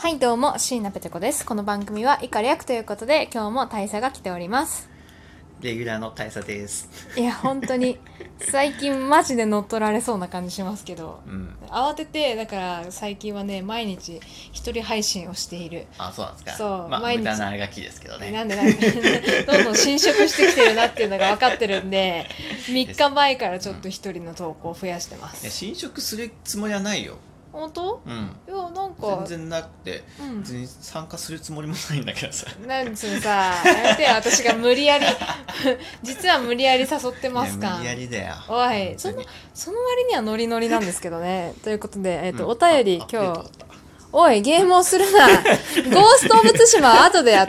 はいどうも、椎名ペテ子です。この番組は以下略ということで、今日も大佐が来ております。 レギュラーの大佐です。 いや本当に最近マジで乗っ取られそうな感じしますけど、慌ててだから最近はね毎日一人配信をしている。 あ、そうなんですか。 そう、 まあ毎日無駄なあがきですけどね。 なんでどんどん侵食してきてるなっていうのが分かってるんで、3日前からちょっと一人の投稿を増やしてまいやす。 侵食するつもりはないよ。 本当？ うん。 いやなんか全然なくて、別に参加するつもりもないんだけどさ。 なんつうさ、やめてよ、私が無理やり実は無理やり誘ってますか。 いや無理やりだよ。 おい、その割にはノリノリなんですけどね。ということで、お便り今日。おい、ゲームをするな。ゴースト・オブ・ツシマは後でやって。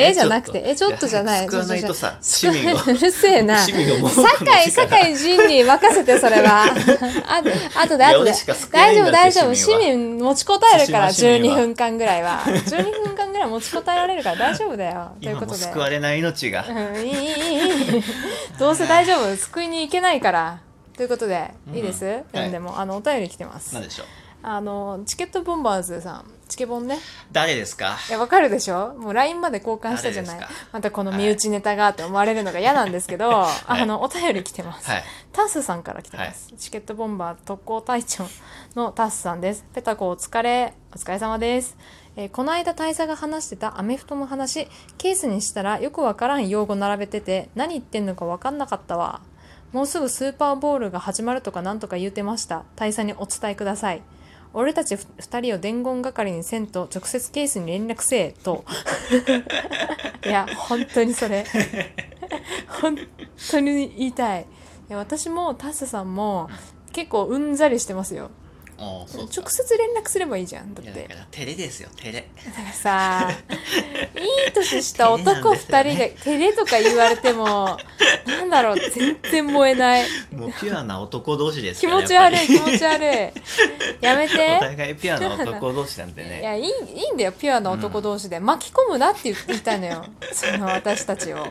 じゃなくて、ちょっとじゃない。 救わないとさ、市民を。 うるせえな。 市民をもう。 酒井仁に任せて、それは。後で。大丈夫。市民持ちこたえるから、12分間ぐらいは。12分間ぐらい持ちこたえられるから大丈夫だよ。ということで。 救われない命が。 いい。どうせ大丈夫。救いに行けないから。ということで、いいです？でも、お便り来てます。 何でしょう？ チケットボンバーズさん、チケボンね。 誰ですか？ いや、わかるでしょ？もう LINE まで交換したじゃない。またこの身内ネタがって思われるのが嫌なんですけど、お便り来てます。タスさんから来てます。チケットボンバー特攻隊長のタスさんです。ペタコお疲れ様です。この間大佐が話してたアメフトの話、ケースにしたらよくわからん用語並べてて、何言ってんのかわかんなかったわ。もうすぐスーパーボールが始まるとかなんとか言うてました。大佐にお伝えください。俺たち2人を伝言係にせんと直接ケースに連絡せえといや本当にそれ本当に言いたい。いや私もタスさんも結構うんざりしてますよ。直接連絡すればいいじゃん。だってだから照れですよ、照れ。 だからさいい年した男2人が照れとか言われてもなんだろう、全然燃えない。 もうピュアな男同士ですから。気持ち悪いやめて。 お互いピュアな男同士なんてね。 いやいいんだよ、ピュアな男同士で、巻き込むなって言いたいのよその私たちを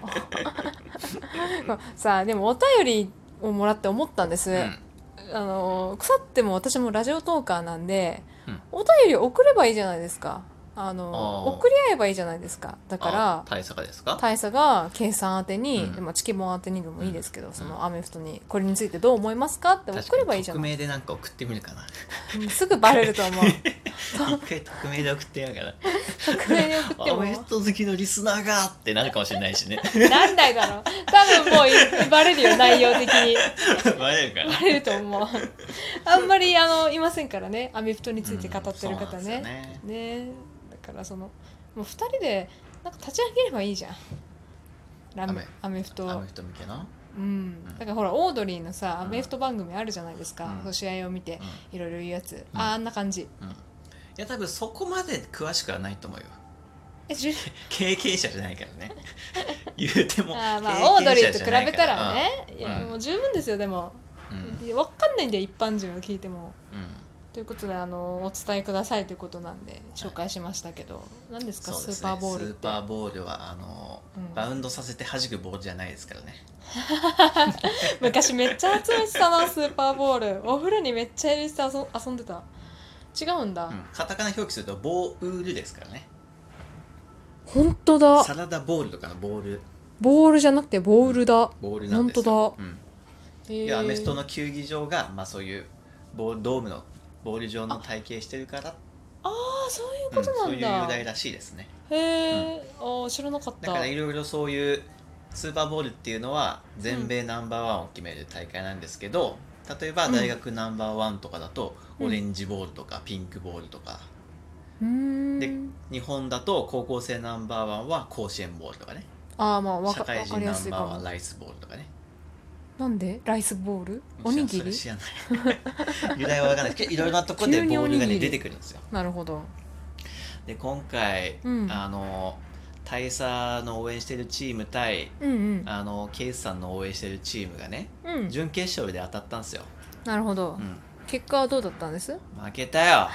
さあでもお便りをもらって思ったんです。腐っても私もラジオトーカーなんで、お便り送ればいいじゃないですか。送り合えばいいじゃないですか。だから大佐がですか？ 大佐が計算宛てに、チケボン宛てにでもいいですけど、そのアメフトにこれについてどう思いますかって送ればいいじゃない。 匿名でなんか送ってみるかな。 すぐバレると思う一回匿名で送ってやるから匿名で送ってもアメフト好きのリスナーがってなるかもしれないしねなんだいだろう、多分もうバレるよ、内容的にバレるかな。 バレると思うあんまりいませんからね、アメフトについて語ってる方ね。ね、だからもう2人でなんか立ち上げればいいじゃん、アメフト向けの。 だからほらオードリーのさアメフト番組あるじゃないですか、試合を見ていろいろ言うやつ、あんな感じ。いや多分そこまで詳しくはないと思うよ。経験者じゃないからね言うてもまあオードリーと比べたらね、いやもう十分ですよ。でも分かんないんだよ、一般人が聞いても。ということでお伝えくださいということなんで紹介しましたけど、何ですかスーパーボールって。 スーパーボールはバウンドさせて弾くボールじゃないですからね昔めっちゃ集めてたなスーパーボール。お風呂にめっちゃ入れて遊んでた。違うんだ、 カタカナ表記するとボールですからね。 本当だ、 サラダボールとかのボールじゃなくてボールだ、 ボールなんですよ。 本当だ。 いやアメフトの球技場が、そういうドームのボール状の体型してるから、 そういうことなんだ、 そういう由来らしいですね。 へえ、知らなかった。 だからいろいろそういうスーパーボールっていうのは全米ナンバーワンを決める大会なんですけど、例えば大学ナンバーワンとかだとオレンジボールとかピンクボールとか、で日本だと高校生ナンバーワンは甲子園ボールとかね、社会人ナンバーワンライスボールとかね。 なんでライスボール？おにぎり？ 知らない由来は分かんないけど、いろいろなところでボールがね出てくるんですよ。 なるほど。 で今回、大佐の応援してるチーム対、ケイスさんの応援してるチームがね、準決勝で当たったんですよ。 なるほど、結果はどうだったんです？ 負けたよ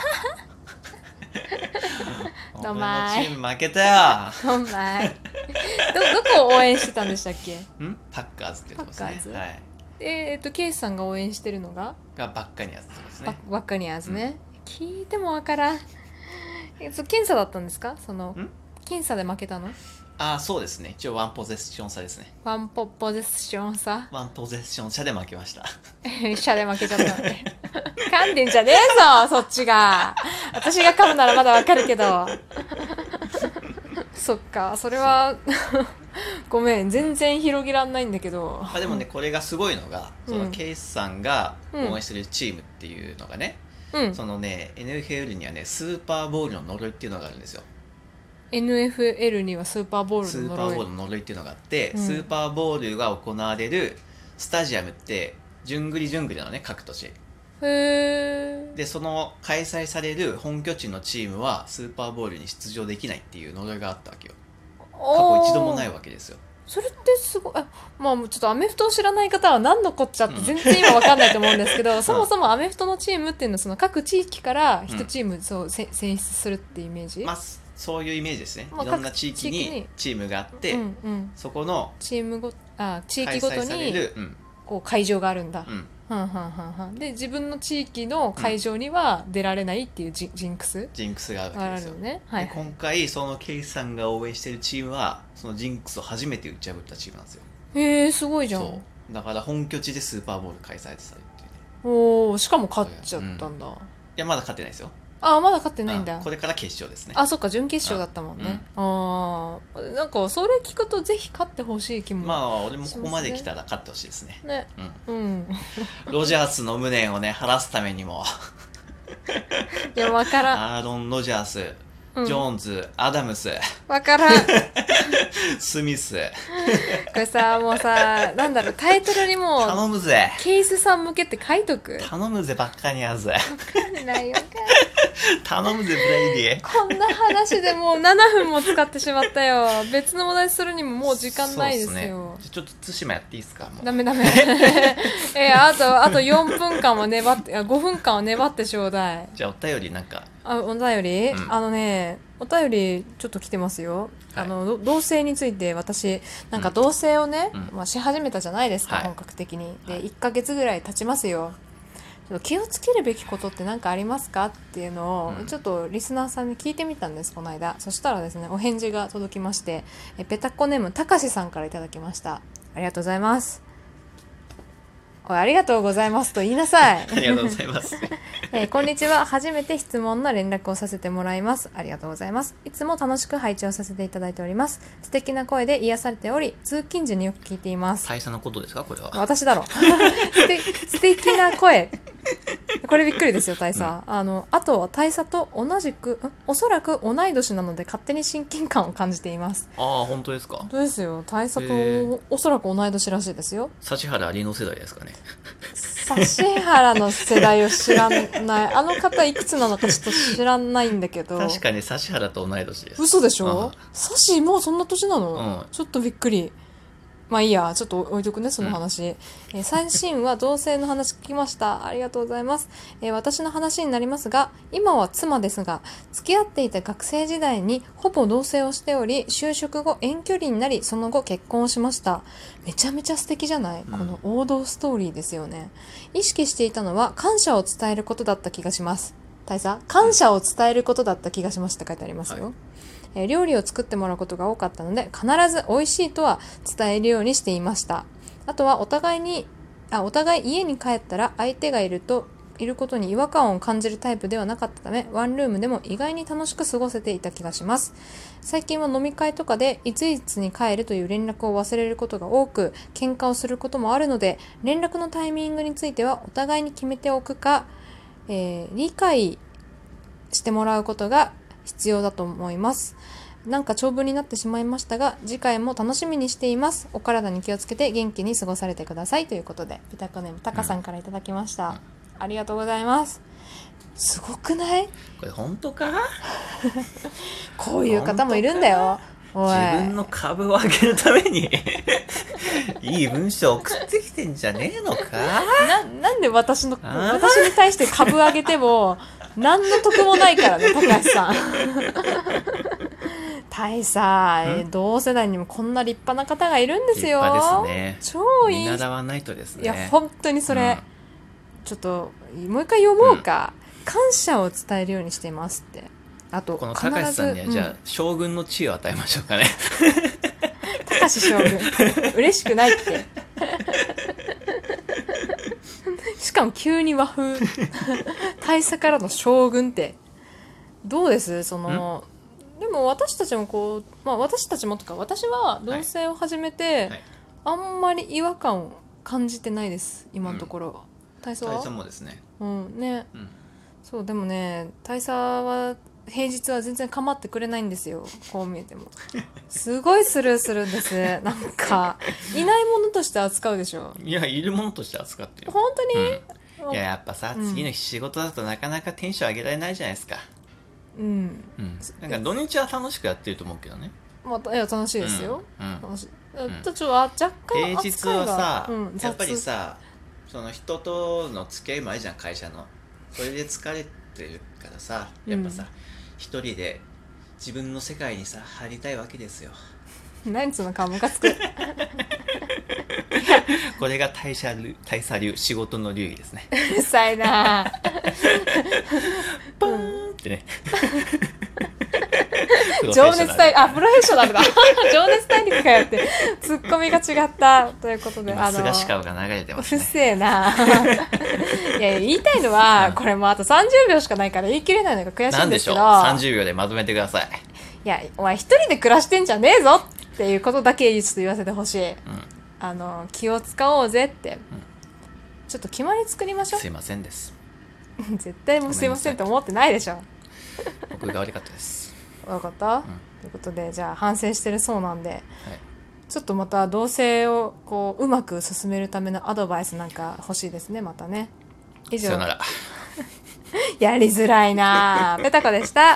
ど俺のチーム負けたよどこを応援してたんでしたっけ？ パッカーズっていうとこですね。はい。 ケイスさんが応援してるのがバッカニアーズってことですね。 バッカニアーズね、聞いてもわからん。 僅差だったんですか？ ん僅差で負けたの？ そうですね。一応ワンポゼッション差ですね。 ワンポゼッション差ワンポゼッション差で負けました。 差で負けちゃったのね。噛んでんじゃねえぞ、そっちが。私が噛むならまだわかるけど。そっか、それはごめん、全然広げらんないんだけど。 でもね、これがすごいのが、そのケイスさんが応援してるチームっていうのがね、そのね、NFL にはね、スーパーボールの呪いっていうのがあるんですよ。 NFL にはスーパーボールの呪い。 スーパーボールの呪いっていうのがあって、スーパーボールが行われるスタジアムって、じゅんぐりなのね、各都市。 へー。 で、その開催される本拠地のチームは、スーパーボールに出場できないっていう呪いがあったわけよ。過去一度もないわけですよ。 それってすごい。まあちょっとアメフトを知らない方は何のこっちゃって全然今わかんないと思うんですけど、そもそもアメフトのチームっていうのはその各地域から一チーム選出するっていうイメージ？ そういうイメージですね。いろんな地域にチームがあって、そこの地域ごとにこう会場があるんだ。で自分の地域の会場には出られないっていうジンクスがあるわけですよね。今回そのケイさんが応援しているチームはそのジンクスを初めて打ち破ったチームなんですよ。 へえ、すごいじゃん。 そうだから本拠地でスーパーボール開催されるっていうね。 おお、しかも勝っちゃったんだ。いや、まだ勝ってないですよ。 まだ勝ってないんだ。 これから決勝ですね。 そっか、準決勝だったもんね。なんかそれ聞くとぜひ勝ってほしい気も。 俺もここまで来たら勝ってほしいですね。 ロジャースの無念をね晴らすためにもいや、わからん。 アーロン・ロジャース、ジョーンズ、アダムス、 わからん。 スミス。 これさ、もうさ、なんだろう、タイトルにも頼むぜ、 ケースさん向けって書いとく。 頼むぜ、ばっかにやるぜ。 わかんないよ。 頼むぜ、ブレイディ。 こんな話でもう7分も使ってしまったよ。別の話題するにももう時間ないですよ。 ちょっと対馬やっていいですか？もうダメ。あと4分間は粘って、5分間は粘ってちょうだい。 じゃあお便りなんか。 お便り、お便りちょっと来てますよ。同性について私なんか同棲をね、し始めたじゃないですか、本格的に。で1ヶ月ぐらい経ちますよ。気をつけるべきことって何かありますかっていうのをちょっとリスナーさんに聞いてみたんです、この間。そしたらですね、お返事が届きまして、ペタコネームたかしさんからいただきました。ありがとうございます。ありがとうございますと言いなさい。 ありがとうございます。 こんにちは。初めて質問の連絡をさせてもらいます。ありがとうございます。いつも楽しく拝聴させていただいております。素敵な声で癒されており、通勤時によく聞いています。 大佐のことですか、これは。 私だろ。素敵な声。これびっくりですよ、大佐。あとは大佐と同じく、おそらく同い年なので勝手に親近感を感じています。 本当ですか？ 本当ですよ。大佐とおそらく同い年らしいですよ。 指原莉乃世代ですかね。 指原の世代を知らない。あの方いくつなのかちょっと知らないんだけど。 確かに指原と同い年です。 嘘でしょ？指もうそんな年なの？ちょっとびっくり。まあいいや、ちょっと置いとくね、その話。最新話同性の話聞きました。ありがとうございます。私の話になりますが、今は妻ですが、付き合っていた学生時代にほぼ同棲をしており、就職後遠距離になり、その後結婚をしました。めちゃめちゃ素敵じゃない？この王道ストーリーですよね。意識していたのは感謝を伝えることだった気がします。大佐、感謝を伝えることだった気がしますって書いてありますよ。料理を作ってもらうことが多かったので、必ず美味しいとは伝えるようにしていました。あとはお互い家に帰ったら相手がいることに違和感を感じるタイプではなかったため、ワンルームでも意外に楽しく過ごせていた気がします。最近は飲み会とかでいついつに帰るという連絡を忘れることが多く、喧嘩をすることもあるので、連絡のタイミングについてはお互いに決めておくか、理解してもらうことが必要だと思います。なんか長文になってしまいましたが、次回も楽しみにしています。お体に気をつけて元気に過ごされてくださいということで、ピタコネームタカさんからいただきました。ありがとうございます。すごくない？ これ本当か？ こういう方もいるんだよ。 自分の株を上げるためにいい文章送ってきてんじゃねえのか？ なんで私に対して株上げても何の得もないからね、高橋さん。大佐、同世代にもこんな立派な方がいるんですよ。 立派ですね。超いい。見習わないとですね。 いや、本当にそれ、ちょっともう一回読もうか。感謝を伝えるようにしていますって。 あとこの高橋さんにはじゃあ、将軍の地位を与えましょうかね。 高橋将軍嬉しくないってしかも急に和風大佐からの将軍ってどうです？そのでも私たちもこう、まあ、私たちもとか私は同棲を始めて、あんまり違和感を感じてないです今のところ。大佐は？ 大佐もですね。 ね、そうでもね大佐は平日は全然構ってくれないんですよ。こう見えてもすごいスルーするんです。なんかいないものとして扱うでしょ。 いや、いるものとして扱ってる。 本当に、 いや、やっぱさ、次の日仕事だとなかなかテンション上げられないじゃないですか。なんか土日は楽しくやってると思うけどね。 いや楽しいですよ、楽しい。ちょっと若干平日はさ、やっぱり雑さ、その人との付き合いもあるじゃん、会社の。それで疲れてるからさ、やっぱさ、一人で自分の世界にさ入りたいわけですよ。 何その顔ムカつくこれが大佐流仕事の流儀ですね。 うるさいなポーンってね情熱大陸、プロフェッショナルだ情熱大陸かよってツッコミが違ったということで、 菅氏顔が流れてますね。 うるせえないや言いたいのは、これもうあと30秒しかないから言い切れないのが悔しいんですけど、 なんでしょう、30秒でまとめてください。 いやお前一人で暮らしてんじゃねえぞっていうことだけちょっと言わせてほしい、気を使おうぜって、ちょっと決まり作りましょう。 すいませんです絶対もうすいませんと思ってないでしょ。 僕が悪かったです。 分かった、ということでじゃあ反省してるそうなんで、ちょっとまた同棲をこううまく進めるためのアドバイスなんか欲しいですね。またね。以上。 さよなら。 やりづらいな。ペタコでした。